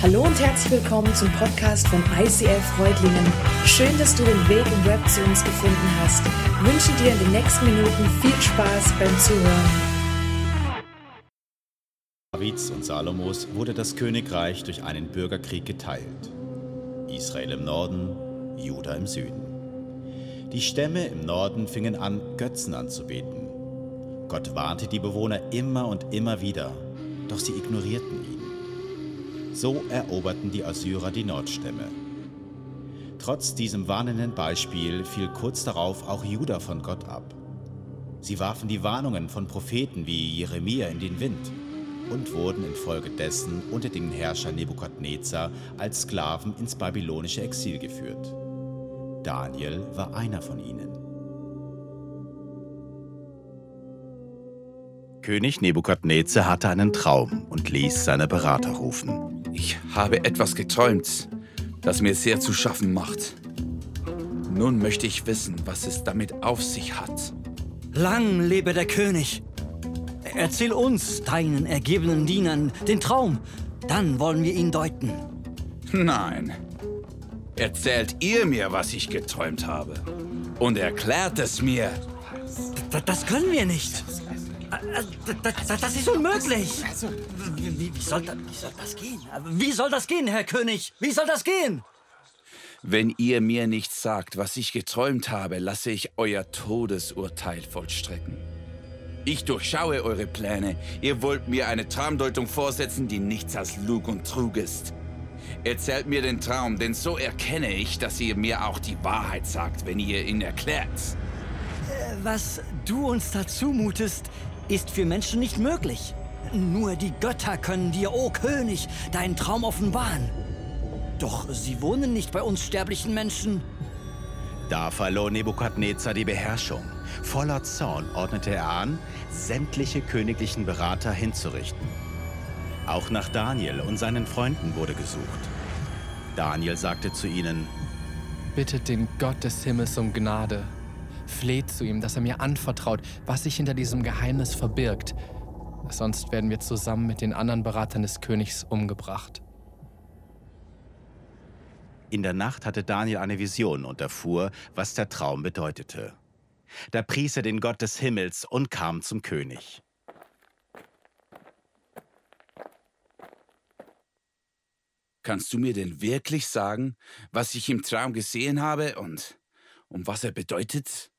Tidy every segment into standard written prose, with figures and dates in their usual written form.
Hallo und herzlich willkommen zum Podcast von ICF Reutlingen. Schön, dass du den Weg im Web zu uns gefunden hast. Ich wünsche dir in den nächsten Minuten viel Spaß beim Zuhören. Davids und Salomos wurde das Königreich durch einen Bürgerkrieg geteilt. Israel im Norden, Juda im Süden. Die Stämme im Norden fingen an, Götzen anzubeten. Gott warnte die Bewohner immer und immer wieder, doch sie ignorierten ihn. So eroberten die Assyrer die Nordstämme. Trotz diesem warnenden Beispiel fiel kurz darauf auch Juda von Gott ab. Sie warfen die Warnungen von Propheten wie Jeremia in den Wind und wurden infolgedessen unter den Herrscher Nebukadnezar als Sklaven ins babylonische Exil geführt. Daniel war einer von ihnen. König Nebukadnezar hatte einen Traum und ließ seine Berater rufen. Ich habe etwas geträumt, das mir sehr zu schaffen macht. Nun möchte ich wissen, was es damit auf sich hat. Lang lebe der König! Erzähl uns, deinen ergebenen Dienern, den Traum. Dann wollen wir ihn deuten. Nein. Erzählt ihr mir, was ich geträumt habe. Und erklärt es mir. Das können wir nicht. Das ist unmöglich. Wie soll das gehen? Wie soll das gehen, Herr König? Wie soll das gehen? Wenn ihr mir nicht sagt, was ich geträumt habe, lasse ich euer Todesurteil vollstrecken. Ich durchschaue eure Pläne. Ihr wollt mir eine Traumdeutung vorsetzen, die nichts als Lug und Trug ist. Erzählt mir den Traum, denn so erkenne ich, dass ihr mir auch die Wahrheit sagt, wenn ihr ihn erklärt. Was du uns da zumutest, ist für Menschen nicht möglich. Nur die Götter können dir, o König, deinen Traum offenbaren. Doch sie wohnen nicht bei uns sterblichen Menschen. Da verlor Nebukadnezar die Beherrschung. Voller Zorn ordnete er an, sämtliche königlichen Berater hinzurichten. Auch nach Daniel und seinen Freunden wurde gesucht. Daniel sagte zu ihnen: Bittet den Gott des Himmels um Gnade. Fleht zu ihm, dass er mir anvertraut, was sich hinter diesem Geheimnis verbirgt. Sonst werden wir zusammen mit den anderen Beratern des Königs umgebracht. In der Nacht hatte Daniel eine Vision und erfuhr, was der Traum bedeutete. Da pries er den Gott des Himmels und kam zum König. Kannst du mir denn wirklich sagen, was ich im Traum gesehen habe und was er bedeutet?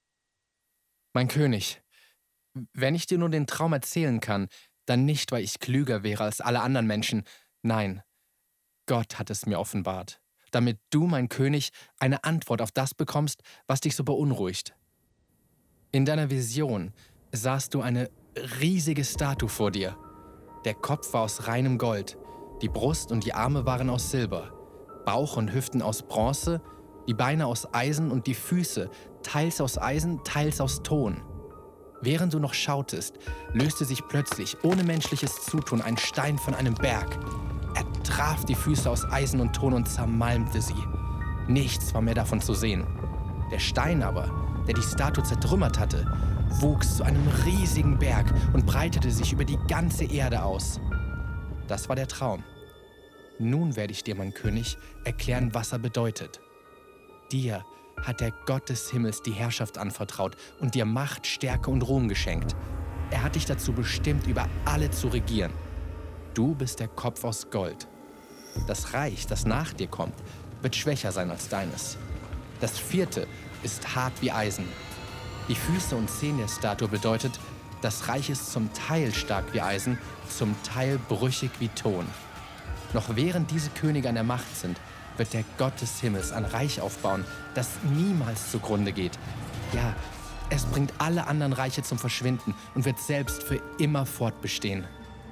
Mein König, wenn ich dir nur den Traum erzählen kann, dann nicht, weil ich klüger wäre als alle anderen Menschen. Nein, Gott hat es mir offenbart, damit du, mein König, eine Antwort auf das bekommst, was dich so beunruhigt. In deiner Vision sahst du eine riesige Statue vor dir. Der Kopf war aus reinem Gold, die Brust und die Arme waren aus Silber, Bauch und Hüften aus Bronze, die Beine aus Eisen und die Füße, teils aus Eisen, teils aus Ton. Während du noch schautest, löste sich plötzlich, ohne menschliches Zutun, ein Stein von einem Berg. Er traf die Füße aus Eisen und Ton und zermalmte sie. Nichts war mehr davon zu sehen. Der Stein aber, der die Statue zertrümmert hatte, wuchs zu einem riesigen Berg und breitete sich über die ganze Erde aus. Das war der Traum. Nun werde ich dir, mein König, erklären, was er bedeutet. Dir hat der Gott des Himmels die Herrschaft anvertraut und dir Macht, Stärke und Ruhm geschenkt. Er hat dich dazu bestimmt, über alle zu regieren. Du bist der Kopf aus Gold. Das Reich, das nach dir kommt, wird schwächer sein als deines. Das vierte ist hart wie Eisen. Die Füße und Zähne der Statue bedeutet, das Reich ist zum Teil stark wie Eisen, zum Teil brüchig wie Ton. Noch während diese Könige an der Macht sind, wird der Gott des Himmels ein Reich aufbauen, das niemals zugrunde geht. Ja, es bringt alle anderen Reiche zum Verschwinden und wird selbst für immer fortbestehen.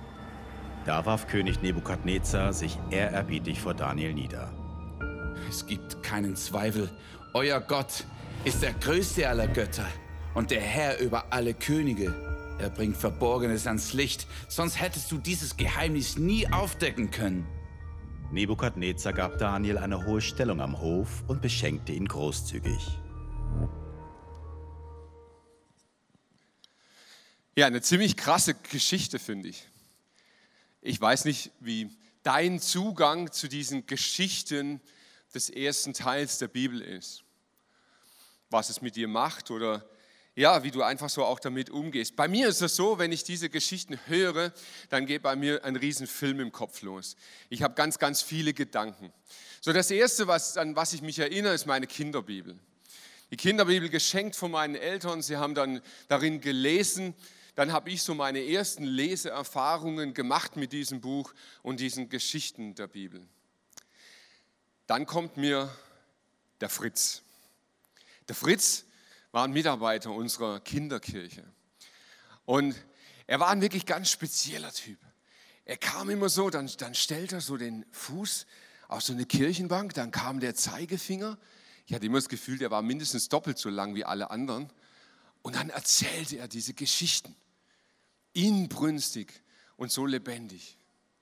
Da warf König Nebukadnezar sich ehrerbietig vor Daniel nieder. Es gibt keinen Zweifel. Euer Gott ist der größte aller Götter und der Herr über alle Könige. Er bringt Verborgenes ans Licht, sonst hättest du dieses Geheimnis nie aufdecken können. Nebukadnezar gab Daniel eine hohe Stellung am Hof und beschenkte ihn großzügig. Ja, eine ziemlich krasse Geschichte, finde ich. Ich weiß nicht, wie dein Zugang zu diesen Geschichten des ersten Teils der Bibel ist. Was es mit dir macht oder ja, wie du einfach so auch damit umgehst. Bei mir ist es so, wenn ich diese Geschichten höre, dann geht bei mir ein Riesenfilm im Kopf los. Ich habe ganz, ganz viele Gedanken. So, das Erste, an was ich mich erinnere, ist meine Kinderbibel. Die Kinderbibel geschenkt von meinen Eltern, sie haben dann darin gelesen. Dann habe ich so meine ersten Leseerfahrungen gemacht mit diesem Buch und diesen Geschichten der Bibel. Dann kommt mir der Fritz. Der Fritz war ein Mitarbeiter unserer Kinderkirche. Und er war ein wirklich ganz spezieller Typ. Er kam immer so, dann stellte er so den Fuß auf so eine Kirchenbank, dann kam der Zeigefinger. Ich hatte immer das Gefühl, der war mindestens doppelt so lang wie alle anderen. Und dann erzählte er diese Geschichten. Inbrünstig und so lebendig.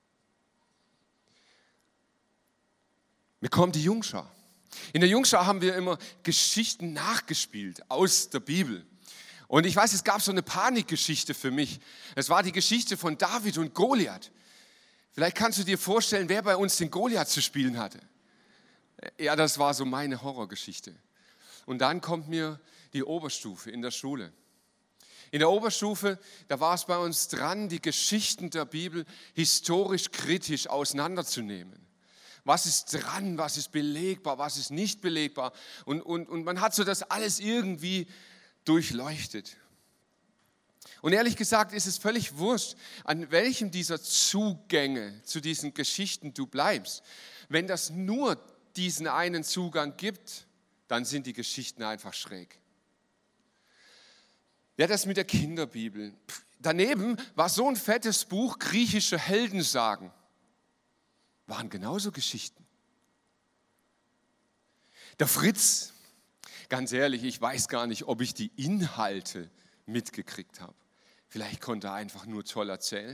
Mir kommt die Jungschar. In der Jungschar haben wir immer Geschichten nachgespielt aus der Bibel. Und ich weiß, es gab so eine Panikgeschichte für mich. Es war die Geschichte von David und Goliath. Vielleicht kannst du dir vorstellen, wer bei uns den Goliath zu spielen hatte. Ja, das war so meine Horrorgeschichte. Und dann kommt mir die Oberstufe in der Schule. In der Oberstufe, da war es bei uns dran, die Geschichten der Bibel historisch kritisch auseinanderzunehmen. Was ist dran, was ist belegbar, was ist nicht belegbar. Und man hat so das alles irgendwie durchleuchtet. Und ehrlich gesagt ist es völlig wurscht, an welchem dieser Zugänge zu diesen Geschichten du bleibst. Wenn das nur diesen einen Zugang gibt, dann sind die Geschichten einfach schräg. Ja, das mit der Kinderbibel. Daneben war so ein fettes Buch, griechische Heldensagen. Waren genauso Geschichten. Der Fritz, ganz ehrlich, ich weiß gar nicht, ob ich die Inhalte mitgekriegt habe. Vielleicht konnte er einfach nur toll erzählen.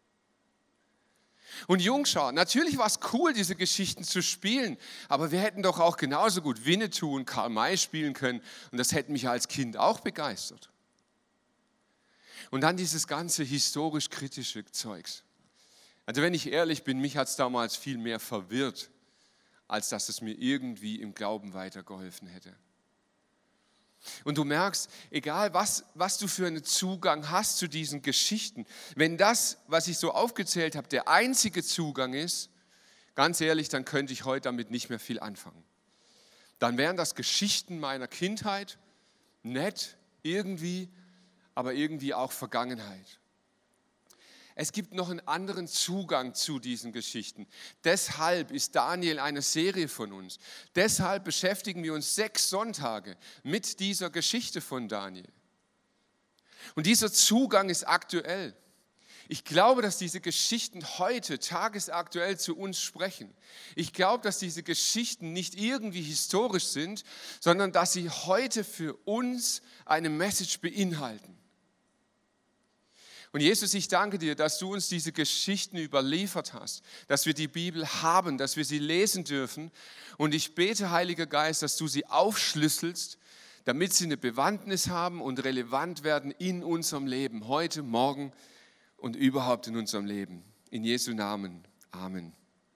Und Jungschar, natürlich war es cool, diese Geschichten zu spielen, aber wir hätten doch auch genauso gut Winnetou und Karl May spielen können und das hätte mich als Kind auch begeistert. Und dann dieses ganze historisch-kritische Zeugs. Also wenn ich ehrlich bin, mich hat es damals viel mehr verwirrt, als dass es mir irgendwie im Glauben weitergeholfen hätte. Und du merkst, egal was du für einen Zugang hast zu diesen Geschichten, wenn das, was ich so aufgezählt habe, der einzige Zugang ist, ganz ehrlich, dann könnte ich heute damit nicht mehr viel anfangen. Dann wären das Geschichten meiner Kindheit, nett irgendwie, aber irgendwie auch Vergangenheit. Es gibt noch einen anderen Zugang zu diesen Geschichten. Deshalb ist Daniel eine Serie von uns. Deshalb beschäftigen wir uns 6 Sonntage mit dieser Geschichte von Daniel. Und dieser Zugang ist aktuell. Ich glaube, dass diese Geschichten heute tagesaktuell zu uns sprechen. Ich glaube, dass diese Geschichten nicht irgendwie historisch sind, sondern dass sie heute für uns eine Message beinhalten. Und Jesus, ich danke dir, dass du uns diese Geschichten überliefert hast, dass wir die Bibel haben, dass wir sie lesen dürfen. Und ich bete, Heiliger Geist, dass du sie aufschlüsselst, damit sie eine Bewandtnis haben und relevant werden in unserem Leben, heute, morgen und überhaupt in unserem Leben. In Jesu Namen. Amen.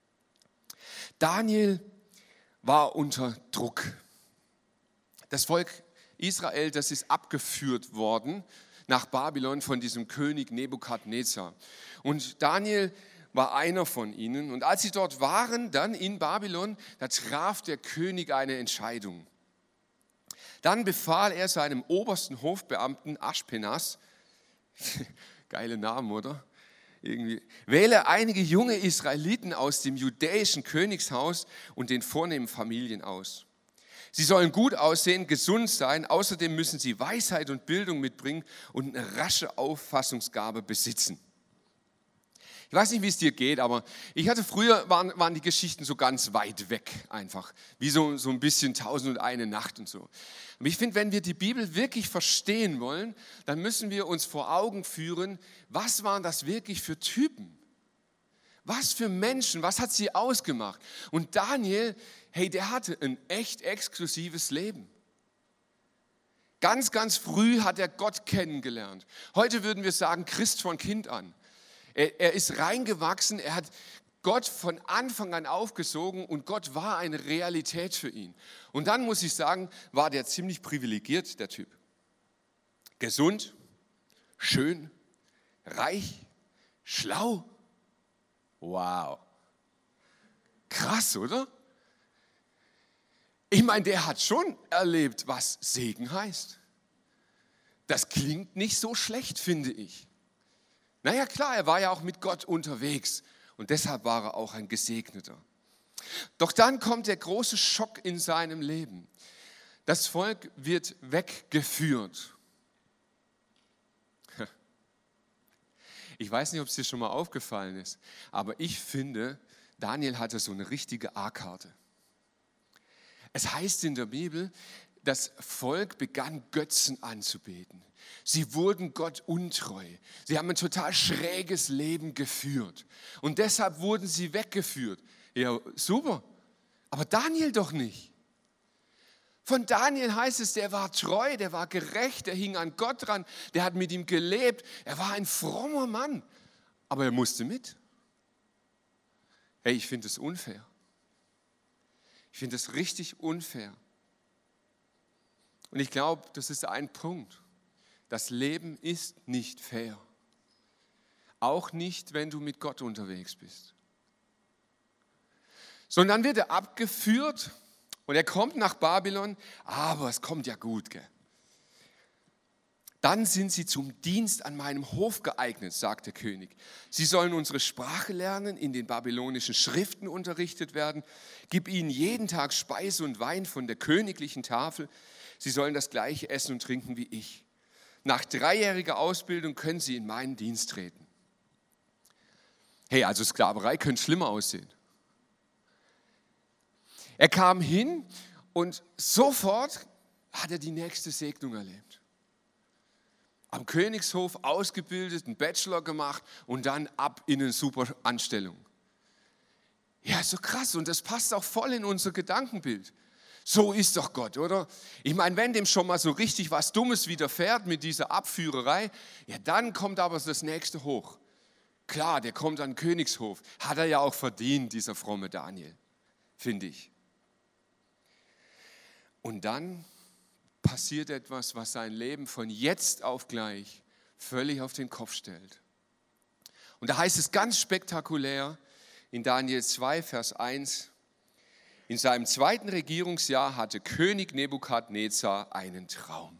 Daniel war unter Druck. Das Volk Israel, das ist abgeführt worden nach Babylon von diesem König Nebukadnezar. Und Daniel war einer von ihnen. Und als sie dort waren, dann in Babylon, da traf der König eine Entscheidung. Dann befahl er seinem obersten Hofbeamten Aschpenas, geile Namen, oder? Irgendwie, wähle einige junge Israeliten aus dem judäischen Königshaus und den vornehmen Familien aus. Sie sollen gut aussehen, gesund sein, außerdem müssen sie Weisheit und Bildung mitbringen und eine rasche Auffassungsgabe besitzen. Ich weiß nicht, wie es dir geht, aber früher waren die Geschichten so ganz weit weg einfach, wie so ein bisschen 1001 Nacht und so. Aber ich finde, wenn wir die Bibel wirklich verstehen wollen, dann müssen wir uns vor Augen führen, was waren das wirklich für Typen? Was für Menschen, was hat sie ausgemacht? Und Daniel, hey, der hatte ein echt exklusives Leben. Ganz, ganz früh hat er Gott kennengelernt. Heute würden wir sagen, Christ von Kind an. Er ist reingewachsen, er hat Gott von Anfang an aufgesogen und Gott war eine Realität für ihn. Und dann muss ich sagen, war der ziemlich privilegiert, der Typ. Gesund, schön, reich, schlau. Wow. Krass, oder? Ich meine, der hat schon erlebt, was Segen heißt. Das klingt nicht so schlecht, finde ich. Naja, klar, er war ja auch mit Gott unterwegs und deshalb war er auch ein Gesegneter. Doch dann kommt der große Schock in seinem Leben. Das Volk wird weggeführt. Ich weiß nicht, ob es dir schon mal aufgefallen ist, aber ich finde, Daniel hatte so eine richtige A-Karte. Es heißt in der Bibel, das Volk begann Götzen anzubeten. Sie wurden Gott untreu. Sie haben ein total schräges Leben geführt. Und deshalb wurden sie weggeführt. Ja, super. Aber Daniel doch nicht. Von Daniel heißt es, der war treu, der war gerecht, der hing an Gott dran, der hat mit ihm gelebt. Er war ein frommer Mann. Aber er musste mit. Hey, ich finde es unfair. Ich finde es richtig unfair. Und ich glaube, das ist ein Punkt. Das Leben ist nicht fair. Auch nicht, wenn du mit Gott unterwegs bist. Sondern wird er abgeführt und er kommt nach Babylon, aber es kommt ja gut, gell? Dann sind sie zum Dienst an meinem Hof geeignet, sagt der König. Sie sollen unsere Sprache lernen, in den babylonischen Schriften unterrichtet werden. Gib ihnen jeden Tag Speise und Wein von der königlichen Tafel. Sie sollen das gleiche essen und trinken wie ich. Nach 3-jähriger Ausbildung können sie in meinen Dienst treten. Hey, also Sklaverei könnte schlimmer aussehen. Er kam hin und sofort hat er die nächste Segnung erlebt. Am Königshof ausgebildet, einen Bachelor gemacht und dann ab in eine super Anstellung. Ja, so krass und das passt auch voll in unser Gedankenbild. So ist doch Gott, oder? Ich meine, wenn dem schon mal so richtig was Dummes widerfährt mit dieser Abführerei, ja, dann kommt aber das nächste hoch. Klar, der kommt an den Königshof. Hat er ja auch verdient, dieser fromme Daniel, finde ich. Und dann passiert etwas, was sein Leben von jetzt auf gleich völlig auf den Kopf stellt. Und da heißt es ganz spektakulär in Daniel 2, Vers 1, in seinem 2. Regierungsjahr hatte König Nebukadnezar einen Traum.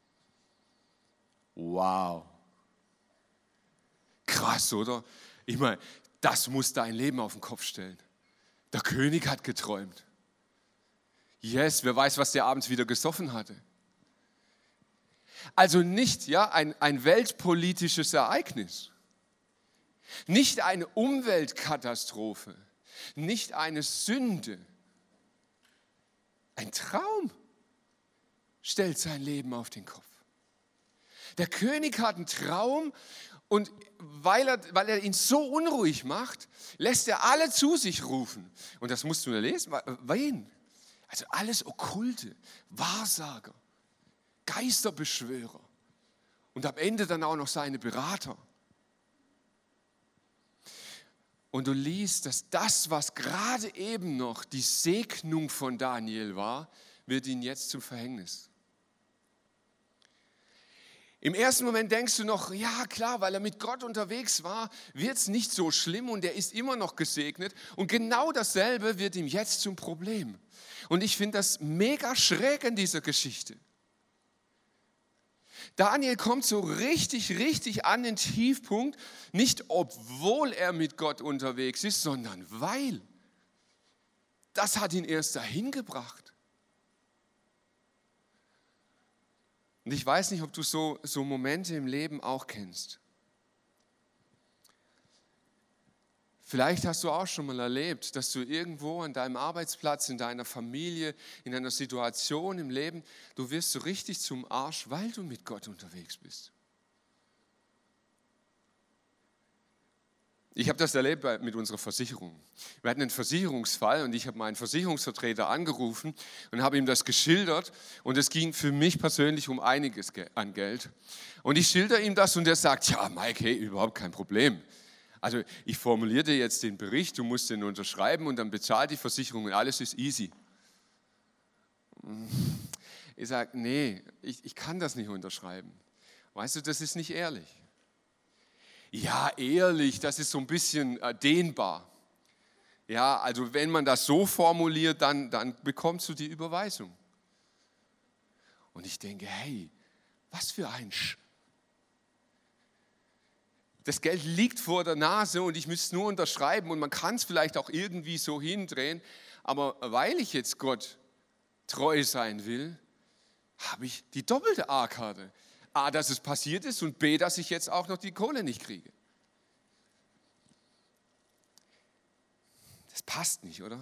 Wow. Krass, oder? Ich meine, das muss dein Leben auf den Kopf stellen. Der König hat geträumt. Yes, wer weiß, was der abends wieder gesoffen hatte. Also nicht ein weltpolitisches Ereignis, nicht eine Umweltkatastrophe, nicht eine Sünde. Ein Traum stellt sein Leben auf den Kopf. Der König hat einen Traum und weil er ihn so unruhig macht, lässt er alle zu sich rufen. Und das musst du lesen. Wen? Also alles Okkulte, Wahrsager, Geisterbeschwörer und am Ende dann auch noch seine Berater. Und du liest, dass das, was gerade eben noch die Segnung von Daniel war, wird ihn jetzt zum Verhängnis. Im ersten Moment denkst du noch, ja klar, weil er mit Gott unterwegs war, wird es nicht so schlimm und er ist immer noch gesegnet. Und genau dasselbe wird ihm jetzt zum Problem. Und ich finde das mega schräg in dieser Geschichte. Daniel kommt so richtig an den Tiefpunkt, nicht obwohl er mit Gott unterwegs ist, sondern weil. Das hat ihn erst dahin gebracht. Und ich weiß nicht, ob du so Momente im Leben auch kennst. Vielleicht hast du auch schon mal erlebt, dass du irgendwo an deinem Arbeitsplatz, in deiner Familie, in einer Situation im Leben, du wirst so richtig zum Arsch, weil du mit Gott unterwegs bist. Ich habe das erlebt mit unserer Versicherung. Wir hatten einen Versicherungsfall und ich habe meinen Versicherungsvertreter angerufen und habe ihm das geschildert und es ging für mich persönlich um einiges an Geld. Und ich schildere ihm das und er sagt, ja Mike, hey, überhaupt kein Problem. Also ich formulierte jetzt den Bericht, du musst den unterschreiben und dann bezahlt die Versicherung und alles ist easy. Ich sage, nee, ich kann das nicht unterschreiben. Weißt du, das ist nicht ehrlich. Ja, ehrlich, das ist so ein bisschen dehnbar. Ja, also wenn man das so formuliert, dann bekommst du die Überweisung. Und ich denke, hey, was für ein Das Geld liegt vor der Nase und ich müsste es nur unterschreiben und man kann es vielleicht auch irgendwie so hindrehen. Aber weil ich jetzt Gott treu sein will, habe ich die doppelte A-Karte. A, dass es passiert ist und B, dass ich jetzt auch noch die Kohle nicht kriege. Das passt nicht, oder?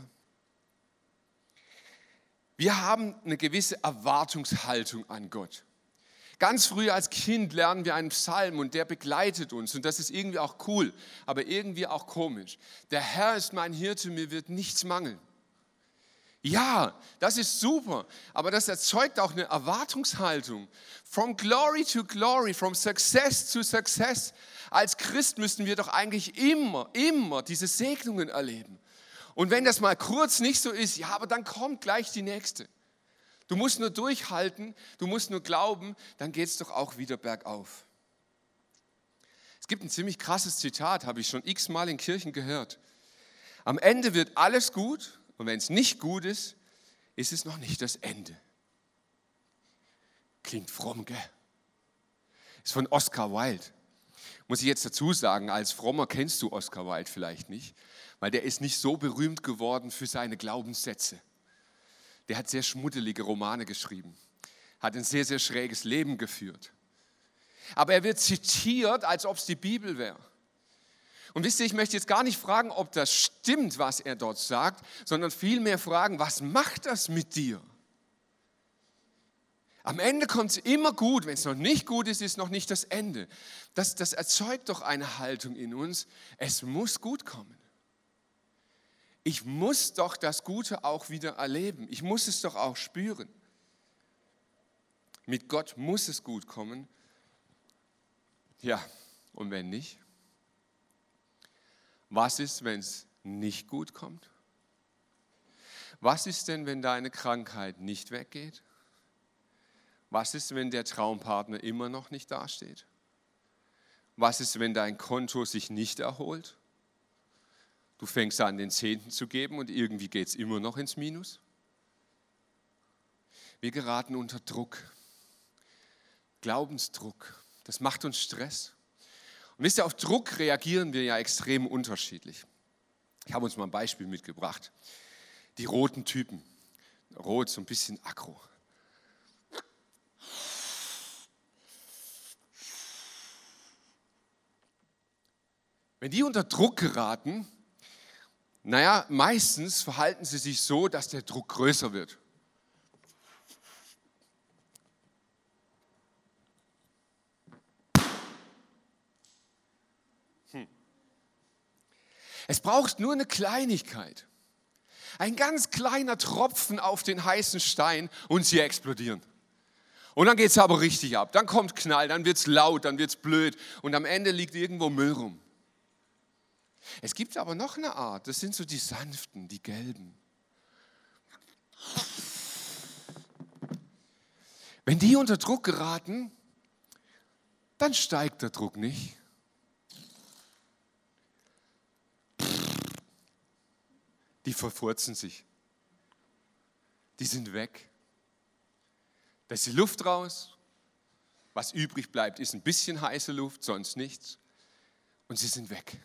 Wir haben eine gewisse Erwartungshaltung an Gott. Ganz früh als Kind lernen wir einen Psalm und der begleitet uns und das ist irgendwie auch cool, aber irgendwie auch komisch. Der Herr ist mein Hirte, mir wird nichts mangeln. Ja, das ist super, aber das erzeugt auch eine Erwartungshaltung. From glory to glory, from success to success. Als Christ müssen wir doch eigentlich immer diese Segnungen erleben. Und wenn das mal kurz nicht so ist, ja, aber dann kommt gleich die nächste. Du musst nur durchhalten, du musst nur glauben, dann geht es doch auch wieder bergauf. Es gibt ein ziemlich krasses Zitat, habe ich schon x-mal in Kirchen gehört. Am Ende wird alles gut und wenn es nicht gut ist, ist es noch nicht das Ende. Klingt fromm, gell? Ist von Oscar Wilde. Muss ich jetzt dazu sagen, als Frommer kennst du Oscar Wilde vielleicht nicht, weil der ist nicht so berühmt geworden für seine Glaubenssätze. Der hat sehr schmuddelige Romane geschrieben, hat ein sehr, sehr schräges Leben geführt. Aber er wird zitiert, als ob es die Bibel wäre. Und wisst ihr, ich möchte jetzt gar nicht fragen, ob das stimmt, was er dort sagt, sondern vielmehr fragen, was macht das mit dir? Am Ende kommt es immer gut, wenn es noch nicht gut ist, ist noch nicht das Ende. Das erzeugt doch eine Haltung in uns, es muss gut kommen. Ich muss doch das Gute auch wieder erleben. Ich muss es doch auch spüren. Mit Gott muss es gut kommen. Ja, und wenn nicht? Was ist, wenn es nicht gut kommt? Was ist denn, wenn deine Krankheit nicht weggeht? Was ist, wenn der Traumpartner immer noch nicht dasteht? Was ist, wenn dein Konto sich nicht erholt? Du fängst an, den Zehnten zu geben und irgendwie geht es immer noch ins Minus. Wir geraten unter Druck, Glaubensdruck. Das macht uns Stress. Und wisst ihr, auf Druck reagieren wir ja extrem unterschiedlich. Ich habe uns mal ein Beispiel mitgebracht. Die roten Typen. Rot, so ein bisschen aggro. Wenn die unter Druck geraten, naja, meistens verhalten sie sich so, dass der Druck größer wird. Es braucht nur eine Kleinigkeit, ein ganz kleiner Tropfen auf den heißen Stein und sie explodieren. Und dann geht es aber richtig ab, dann kommt Knall, dann wird es laut, dann wird es blöd und am Ende liegt irgendwo Müll rum. Es gibt aber noch eine Art, das sind so die sanften, die gelben. Wenn die unter Druck geraten, dann steigt der Druck nicht. Die verfurzen sich. Die sind weg. Da ist die Luft raus. Was übrig bleibt, ist ein bisschen heiße Luft, sonst nichts. Und sie sind weg.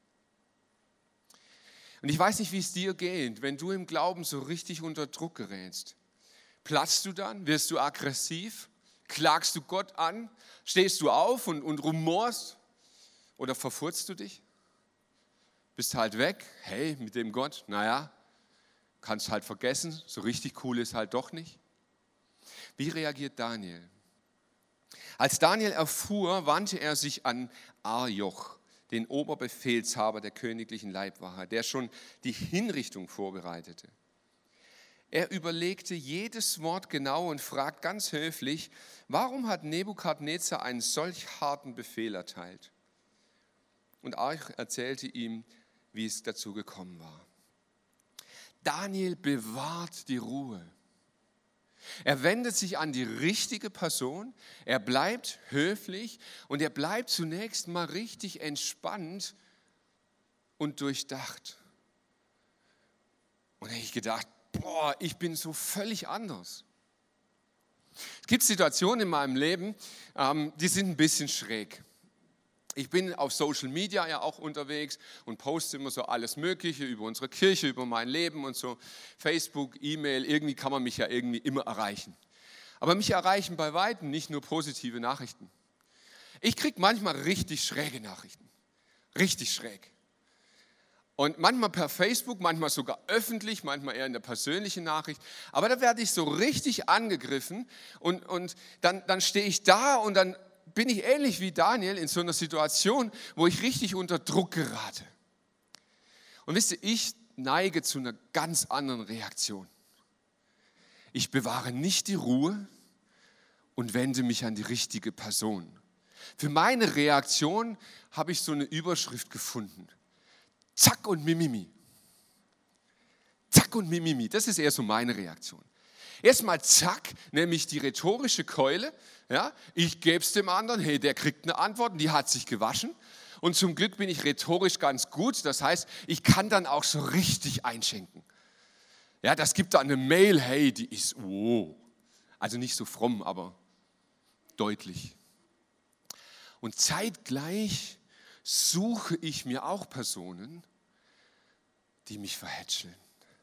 Und ich weiß nicht, wie es dir geht, wenn du im Glauben so richtig unter Druck gerätst. Platzt du dann? Wirst du aggressiv? Klagst du Gott an? Stehst du auf und rumorst? Oder verfurzt du dich? Bist halt weg? Hey, mit dem Gott? Naja, kannst halt vergessen. So richtig cool ist halt doch nicht. Wie reagiert Daniel? Als Daniel erfuhr, wandte er sich an Arioch, den Oberbefehlshaber der königlichen Leibwache, der schon die Hinrichtung vorbereitete. Er überlegte jedes Wort genau und fragt ganz höflich, warum hat Nebukadnezar einen solch harten Befehl erteilt? und Arch erzählte ihm, wie es dazu gekommen war. Daniel bewahrt die Ruhe. Er wendet sich an die richtige Person, er bleibt höflich und er bleibt zunächst mal richtig entspannt und durchdacht. Und da habe ich gedacht, boah, ich bin so völlig anders. Es gibt Situationen in meinem Leben, die sind ein bisschen schräg. Ich bin auf Social Media ja auch unterwegs und poste immer so alles Mögliche über unsere Kirche, über mein Leben und so. Facebook, E-Mail, irgendwie kann man mich ja irgendwie immer erreichen. Aber mich erreichen bei Weitem nicht nur positive Nachrichten. Ich kriege manchmal richtig schräge Nachrichten. Richtig schräg. Und manchmal per Facebook, manchmal sogar öffentlich, manchmal eher in der persönlichen Nachricht. Aber da werde ich so richtig angegriffen und dann stehe ich da und dann bin ich ähnlich wie Daniel in so einer Situation, wo ich richtig unter Druck gerate. Und wisst ihr, ich neige zu einer ganz anderen Reaktion. Ich bewahre nicht die Ruhe und wende mich an die richtige Person. Für meine Reaktion habe ich so eine Überschrift gefunden. Zack und Mimimi. Zack und Mimimi, das ist eher so meine Reaktion. Erstmal zack, nämlich die rhetorische Keule. Ja, ich gebe es dem anderen, hey, der kriegt eine Antwort und die hat sich gewaschen. Und zum Glück bin ich rhetorisch ganz gut, das heißt, ich kann dann auch so richtig einschenken. Ja, das gibt dann eine Mail, hey, die ist, also nicht so fromm, aber deutlich. Und zeitgleich suche ich mir auch Personen, die mich verhätscheln.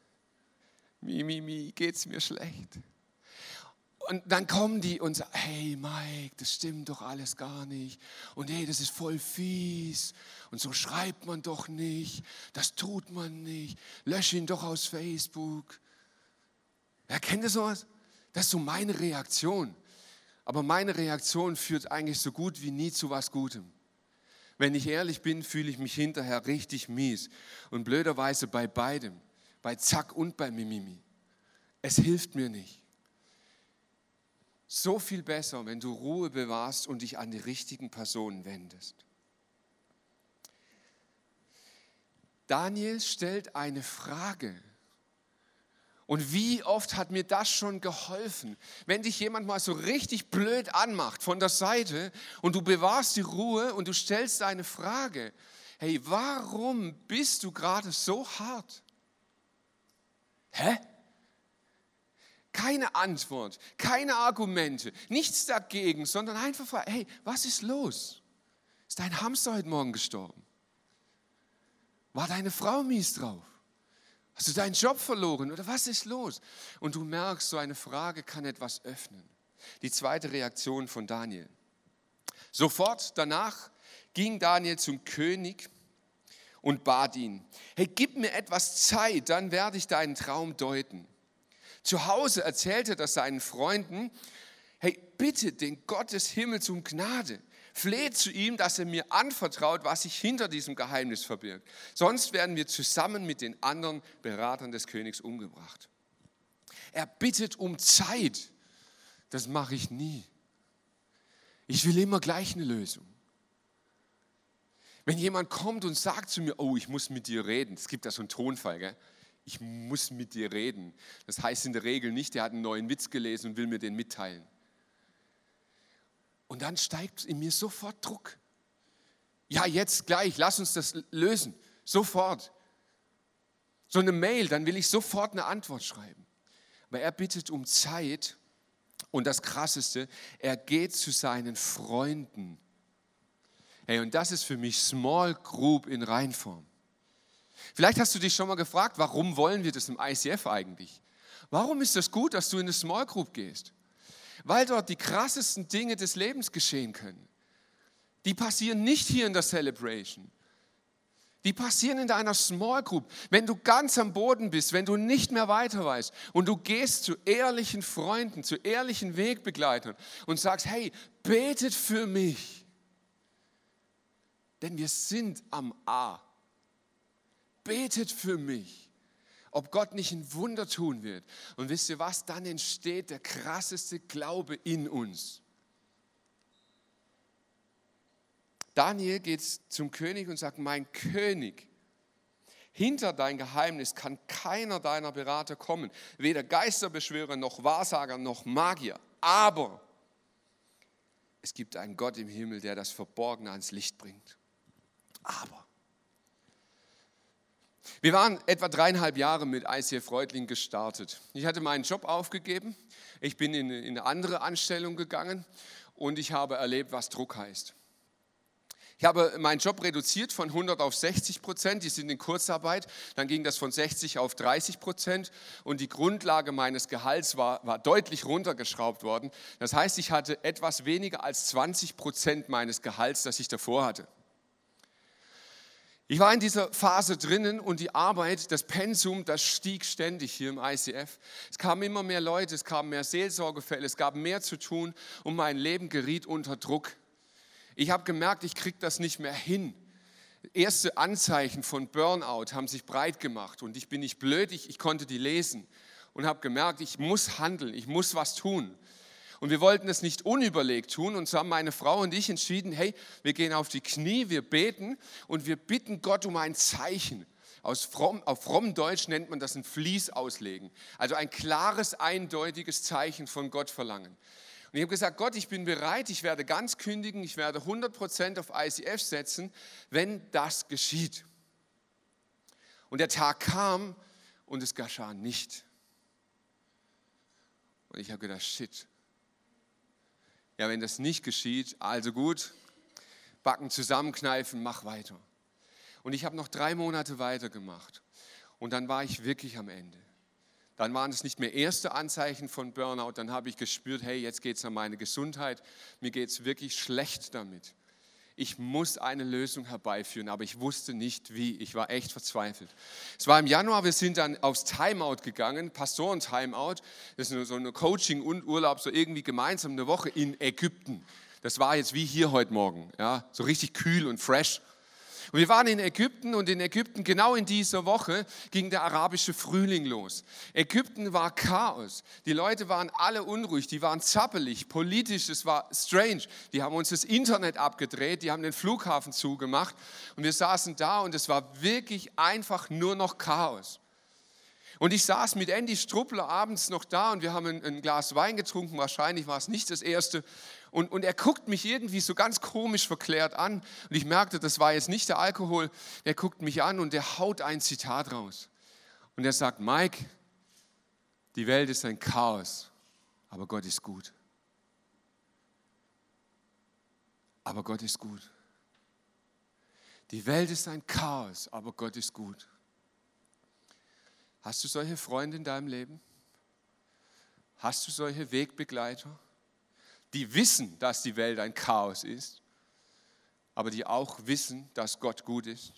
Geht's mir schlecht. Und dann kommen die und sagen, hey Mike, das stimmt doch alles gar nicht. Und hey, das ist voll fies. Und so schreibt man doch nicht. Das tut man nicht. Lösch ihn doch aus Facebook. Ja, kennt ihr sowas? Das ist so meine Reaktion. Aber meine Reaktion führt eigentlich so gut wie nie zu was Gutem. Wenn ich ehrlich bin, fühle ich mich hinterher richtig mies. Und blöderweise bei beidem. Bei Zack und bei Mimimi. Es hilft mir nicht. So viel besser, wenn du Ruhe bewahrst und dich an die richtigen Personen wendest. Daniel stellt eine Frage. Und wie oft hat mir das schon geholfen, wenn dich jemand mal so richtig blöd anmacht von der Seite und du bewahrst die Ruhe und du stellst eine Frage. Hey, warum bist du gerade so hart? Hä? Keine Antwort, keine Argumente, nichts dagegen, sondern einfach fragen, hey, was ist los? Ist dein Hamster heute Morgen gestorben? War deine Frau mies drauf? Hast du deinen Job verloren oder was ist los? Und du merkst, so eine Frage kann etwas öffnen. Die zweite Reaktion von Daniel. Sofort danach ging Daniel zum König und bat ihn, hey, gib mir etwas Zeit, dann werde ich deinen Traum deuten. Zu Hause erzählte er das seinen Freunden, hey, bitte den Gott des Himmels um Gnade. Fleht zu ihm, dass er mir anvertraut, was sich hinter diesem Geheimnis verbirgt. Sonst werden wir zusammen mit den anderen Beratern des Königs umgebracht. Er bittet um Zeit. Das mache ich nie. Ich will immer gleich eine Lösung. Wenn jemand kommt und sagt zu mir, oh, ich muss mit dir reden, es gibt da so einen Tonfall, gell? Ich muss mit dir reden. Das heißt in der Regel nicht, der hat einen neuen Witz gelesen und will mir den mitteilen. Und dann steigt in mir sofort Druck. Ja, jetzt gleich, lass uns das lösen. Sofort. So eine Mail, dann will ich sofort eine Antwort schreiben. Aber er bittet um Zeit und das Krasseste, er geht zu seinen Freunden. Hey, und das ist für mich Small Group in Reinform. Vielleicht hast du dich schon mal gefragt, warum wollen wir das im ICF eigentlich? Warum ist das gut, dass du in eine Small Group gehst? Weil dort die krassesten Dinge des Lebens geschehen können. Die passieren nicht hier in der Celebration. Die passieren in deiner Small Group. Wenn du ganz am Boden bist, wenn du nicht mehr weiter weißt und du gehst zu ehrlichen Freunden, zu ehrlichen Wegbegleitern und sagst, hey, betet für mich. Denn wir sind am A. Betet für mich, ob Gott nicht ein Wunder tun wird. Und wisst ihr was? Dann entsteht der krasseste Glaube in uns. Daniel geht zum König und sagt, mein König, hinter dein Geheimnis kann keiner deiner Berater kommen, weder Geisterbeschwörer noch Wahrsager noch Magier, aber es gibt einen Gott im Himmel, der das Verborgene ans Licht bringt. Aber. Wir waren etwa 3,5 Jahre mit ICF Reutlingen gestartet. Ich hatte meinen Job aufgegeben, ich bin in eine andere Anstellung gegangen und ich habe erlebt, was Druck heißt. Ich habe meinen Job reduziert von 100 auf 60%, die sind in Kurzarbeit, dann ging das von 60 auf 30% und die Grundlage meines Gehalts war deutlich runtergeschraubt worden. Das heißt, ich hatte etwas weniger als 20% meines Gehalts, das ich davor hatte. Ich war in dieser Phase drinnen und die Arbeit, das Pensum, das stieg ständig hier im ICF. Es kamen immer mehr Leute, es kamen mehr Seelsorgefälle, es gab mehr zu tun und mein Leben geriet unter Druck. Ich habe gemerkt, ich kriege das nicht mehr hin. Erste Anzeichen von Burnout haben sich breit gemacht und ich bin nicht blöd, ich konnte die lesen und habe gemerkt, ich muss handeln, ich muss was tun. Und wir wollten es nicht unüberlegt tun und so haben meine Frau und ich entschieden, hey, wir gehen auf die Knie, wir beten und wir bitten Gott um ein Zeichen. Auf frommem Deutsch nennt man das ein Vlies auslegen, also ein klares, eindeutiges Zeichen von Gott verlangen. Und ich habe gesagt, Gott, ich bin bereit, ich werde ganz kündigen, ich werde 100% auf ICF setzen, wenn das geschieht. Und der Tag kam und es geschah nicht. Und ich habe gedacht, shit. Ja, wenn das nicht geschieht, also gut, Backen zusammenkneifen, mach weiter. Und ich habe noch 3 Monate weitergemacht. Und dann war ich wirklich am Ende. Dann waren es nicht mehr erste Anzeichen von Burnout, dann habe ich gespürt, hey, jetzt geht es an meine Gesundheit, mir geht es wirklich schlecht damit. Ich muss eine Lösung herbeiführen, aber ich wusste nicht wie, ich war echt verzweifelt. Es war im Januar, wir sind dann aufs Timeout gegangen, Pastoren-Timeout, das ist so eine Coaching und Urlaub, so irgendwie gemeinsam eine Woche in Ägypten. Das war jetzt wie hier heute Morgen, ja, so richtig kühl und fresh. Und wir waren in Ägypten und in Ägypten, genau in dieser Woche, ging der arabische Frühling los. Ägypten war Chaos. Die Leute waren alle unruhig, die waren zappelig, politisch, es war strange. Die haben uns das Internet abgedreht, die haben den Flughafen zugemacht und wir saßen da und es war wirklich einfach nur noch Chaos. Und ich saß mit Andy Struppler abends noch da und wir haben ein Glas Wein getrunken, wahrscheinlich war es nicht das erste. Und er guckt mich irgendwie so ganz komisch verklärt an und ich merkte, das war jetzt nicht der Alkohol. Er guckt mich an und er haut ein Zitat raus. Und er sagt, Mike, die Welt ist ein Chaos, aber Gott ist gut. Aber Gott ist gut. Die Welt ist ein Chaos, aber Gott ist gut. Hast du solche Freunde in deinem Leben? Hast du solche Wegbegleiter, die wissen, dass die Welt ein Chaos ist, aber die auch wissen, dass Gott gut ist?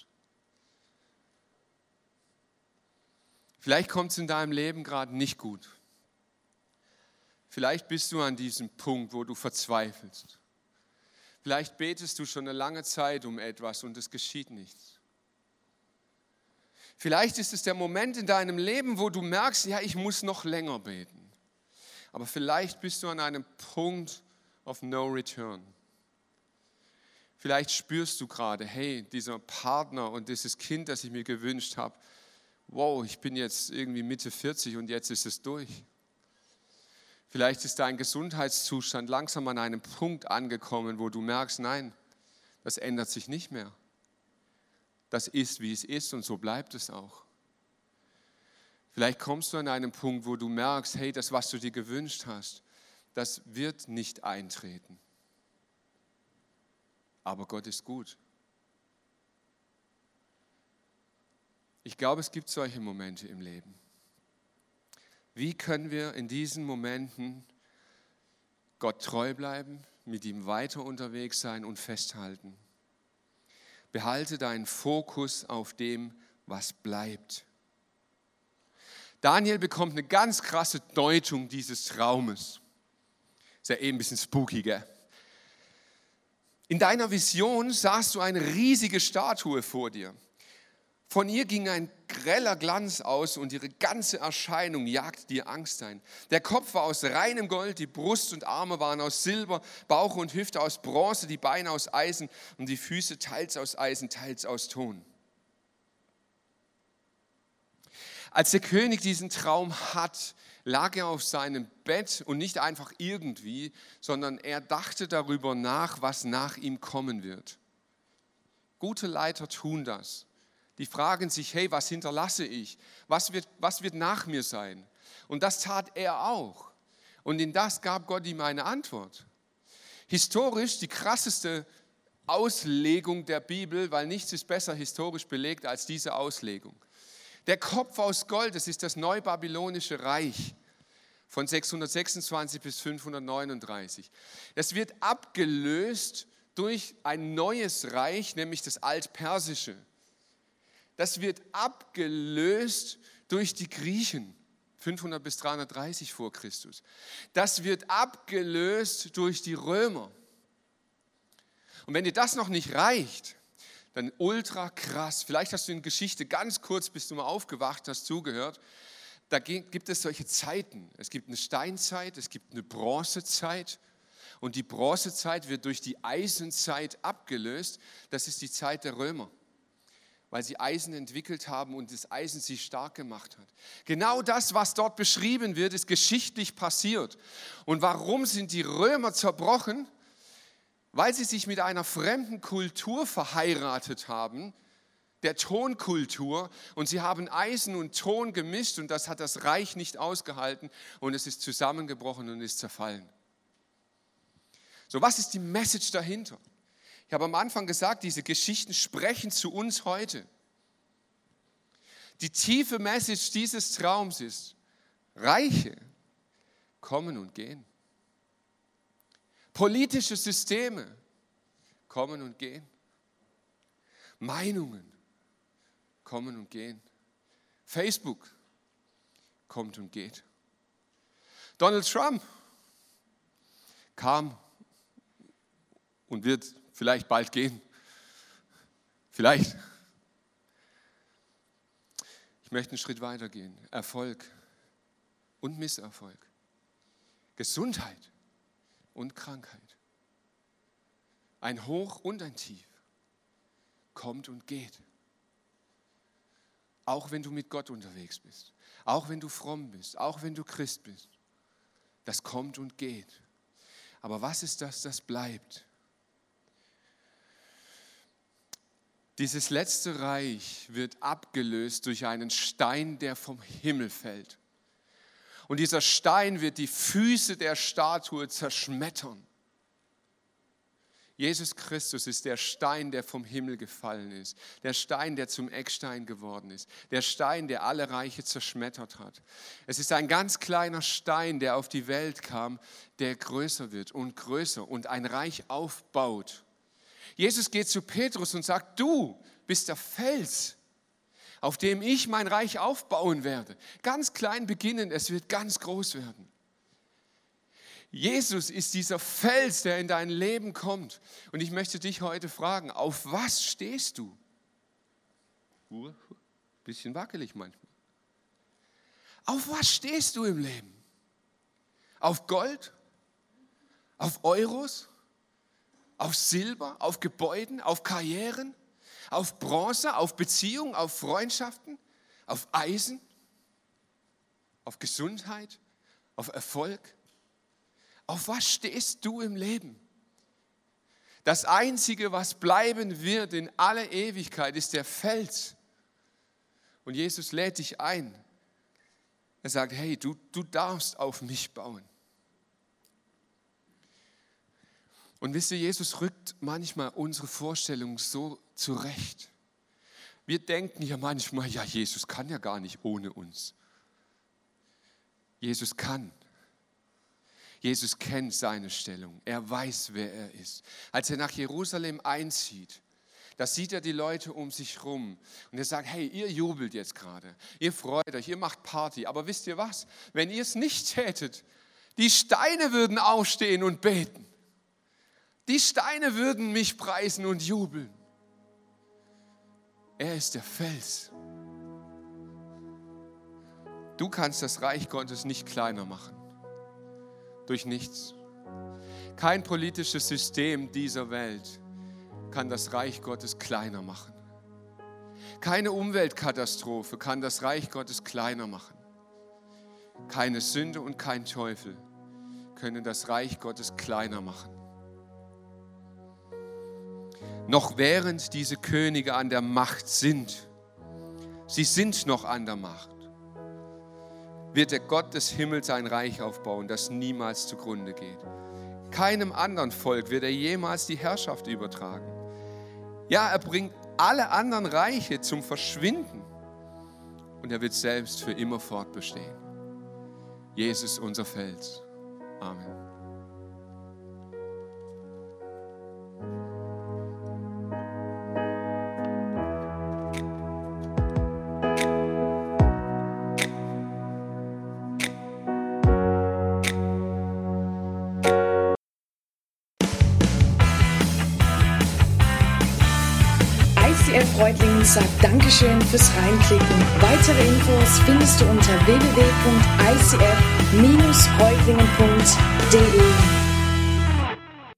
Vielleicht kommt es in deinem Leben gerade nicht gut. Vielleicht bist du an diesem Punkt, wo du verzweifelst. Vielleicht betest du schon eine lange Zeit um etwas und es geschieht nichts. Vielleicht ist es der Moment in deinem Leben, wo du merkst, ja, ich muss noch länger beten. Aber vielleicht bist du an einem Punkt of no return. Vielleicht spürst du gerade, hey, dieser Partner und dieses Kind, das ich mir gewünscht habe, wow, ich bin jetzt irgendwie Mitte 40 und jetzt ist es durch. Vielleicht ist dein Gesundheitszustand langsam an einem Punkt angekommen, wo du merkst, nein, das ändert sich nicht mehr. Das ist, wie es ist und so bleibt es auch. Vielleicht kommst du an einen Punkt, wo du merkst, hey, das, was du dir gewünscht hast, das wird nicht eintreten. Aber Gott ist gut. Ich glaube, es gibt solche Momente im Leben. Wie können wir in diesen Momenten Gott treu bleiben, mit ihm weiter unterwegs sein und festhalten? Behalte deinen Fokus auf dem, was bleibt. Daniel bekommt eine ganz krasse Deutung dieses Traumes. Ist ja ein bisschen spooky, gell? In deiner Vision sahst du eine riesige Statue vor dir. Von ihr ging ein greller Glanz aus und ihre ganze Erscheinung jagte dir Angst ein. Der Kopf war aus reinem Gold, die Brust und Arme waren aus Silber, Bauch und Hüfte aus Bronze, die Beine aus Eisen und die Füße teils aus Eisen, teils aus Ton. Als der König diesen Traum hat, lag er auf seinem Bett und nicht einfach irgendwie, sondern er dachte darüber nach, was nach ihm kommen wird. Gute Leiter tun das. Die fragen sich, hey, was hinterlasse ich? Was wird nach mir sein? Und das tat er auch. Und in das gab Gott ihm eine Antwort. Historisch die krasseste Auslegung der Bibel, weil nichts ist besser historisch belegt als diese Auslegung. Der Kopf aus Gold, das ist das Neubabylonische Reich von 626 bis 539. Das wird abgelöst durch ein neues Reich, nämlich das Altpersische. Das wird abgelöst durch die Griechen, 500 bis 330 vor Christus. Das wird abgelöst durch die Römer. Und wenn dir das noch nicht reicht, dann ultra krass. Vielleicht hast du in Geschichte ganz kurz, bis du mal aufgewacht hast, zugehört. Da gibt es solche Zeiten. Es gibt eine Steinzeit, es gibt eine Bronzezeit. Und die Bronzezeit wird durch die Eisenzeit abgelöst. Das ist die Zeit der Römer, weil sie Eisen entwickelt haben und das Eisen sie stark gemacht hat. Genau das, was dort beschrieben wird, ist geschichtlich passiert. Und warum sind die Römer zerbrochen? Weil sie sich mit einer fremden Kultur verheiratet haben, der Tonkultur, und sie haben Eisen und Ton gemischt und das hat das Reich nicht ausgehalten und es ist zusammengebrochen und ist zerfallen. So, was ist die Message dahinter? Ich habe am Anfang gesagt, diese Geschichten sprechen zu uns heute. Die tiefe Message dieses Traums ist, Reiche kommen und gehen. Politische Systeme kommen und gehen. Meinungen kommen und gehen. Facebook kommt und geht. Donald Trump kam und wird vielleicht bald gehen. Vielleicht. Ich möchte einen Schritt weiter gehen. Erfolg und Misserfolg. Gesundheit und Krankheit. Ein Hoch und ein Tief kommt und geht. Auch wenn du mit Gott unterwegs bist, auch wenn du fromm bist, auch wenn du Christ bist. Das kommt und geht. Aber was ist das, das bleibt? Dieses letzte Reich wird abgelöst durch einen Stein, der vom Himmel fällt. Und dieser Stein wird die Füße der Statue zerschmettern. Jesus Christus ist der Stein, der vom Himmel gefallen ist. Der Stein, der zum Eckstein geworden ist. Der Stein, der alle Reiche zerschmettert hat. Es ist ein ganz kleiner Stein, der auf die Welt kam, der größer wird und größer und ein Reich aufbaut. Jesus geht zu Petrus und sagt, du bist der Fels, auf dem ich mein Reich aufbauen werde. Ganz klein beginnen, es wird ganz groß werden. Jesus ist dieser Fels, der in dein Leben kommt. Und ich möchte dich heute fragen, auf was stehst du? Bisschen wackelig manchmal. Auf was stehst du im Leben? Auf Gold? Auf Euros? Auf Silber? Auf Gebäuden? Auf Karrieren? Auf Bronze? Auf Beziehungen? Auf Freundschaften? Auf Eisen? Auf Gesundheit? Auf Erfolg? Auf was stehst du im Leben? Das Einzige, was bleiben wird in alle Ewigkeit, ist der Fels. Und Jesus lädt dich ein. Er sagt, hey, du darfst auf mich bauen. Und wisst ihr, Jesus rückt manchmal unsere Vorstellungen so zurecht. Wir denken ja manchmal, ja, Jesus kann ja gar nicht ohne uns. Jesus kann. Jesus kennt seine Stellung. Er weiß, wer er ist. Als er nach Jerusalem einzieht, da sieht er die Leute um sich herum. Und er sagt, hey, ihr jubelt jetzt gerade. Ihr freut euch, ihr macht Party. Aber wisst ihr was? Wenn ihr es nicht tätet, die Steine würden aufstehen und beten. Die Steine würden mich preisen und jubeln. Er ist der Fels. Du kannst das Reich Gottes nicht kleiner machen. Durch nichts. Kein politisches System dieser Welt kann das Reich Gottes kleiner machen. Keine Umweltkatastrophe kann das Reich Gottes kleiner machen. Keine Sünde und kein Teufel können das Reich Gottes kleiner machen. Noch während diese Könige an der Macht sind, sie sind noch an der Macht, wird der Gott des Himmels ein Reich aufbauen, das niemals zugrunde geht. Keinem anderen Volk wird er jemals die Herrschaft übertragen. Ja, er bringt alle anderen Reiche zum Verschwinden und er wird selbst für immer fortbestehen. Jesus, unser Fels. Amen. ICF Reutlingen sagt Dankeschön fürs Reinklicken. Weitere Infos findest du unter www.icf-reutlingen.de.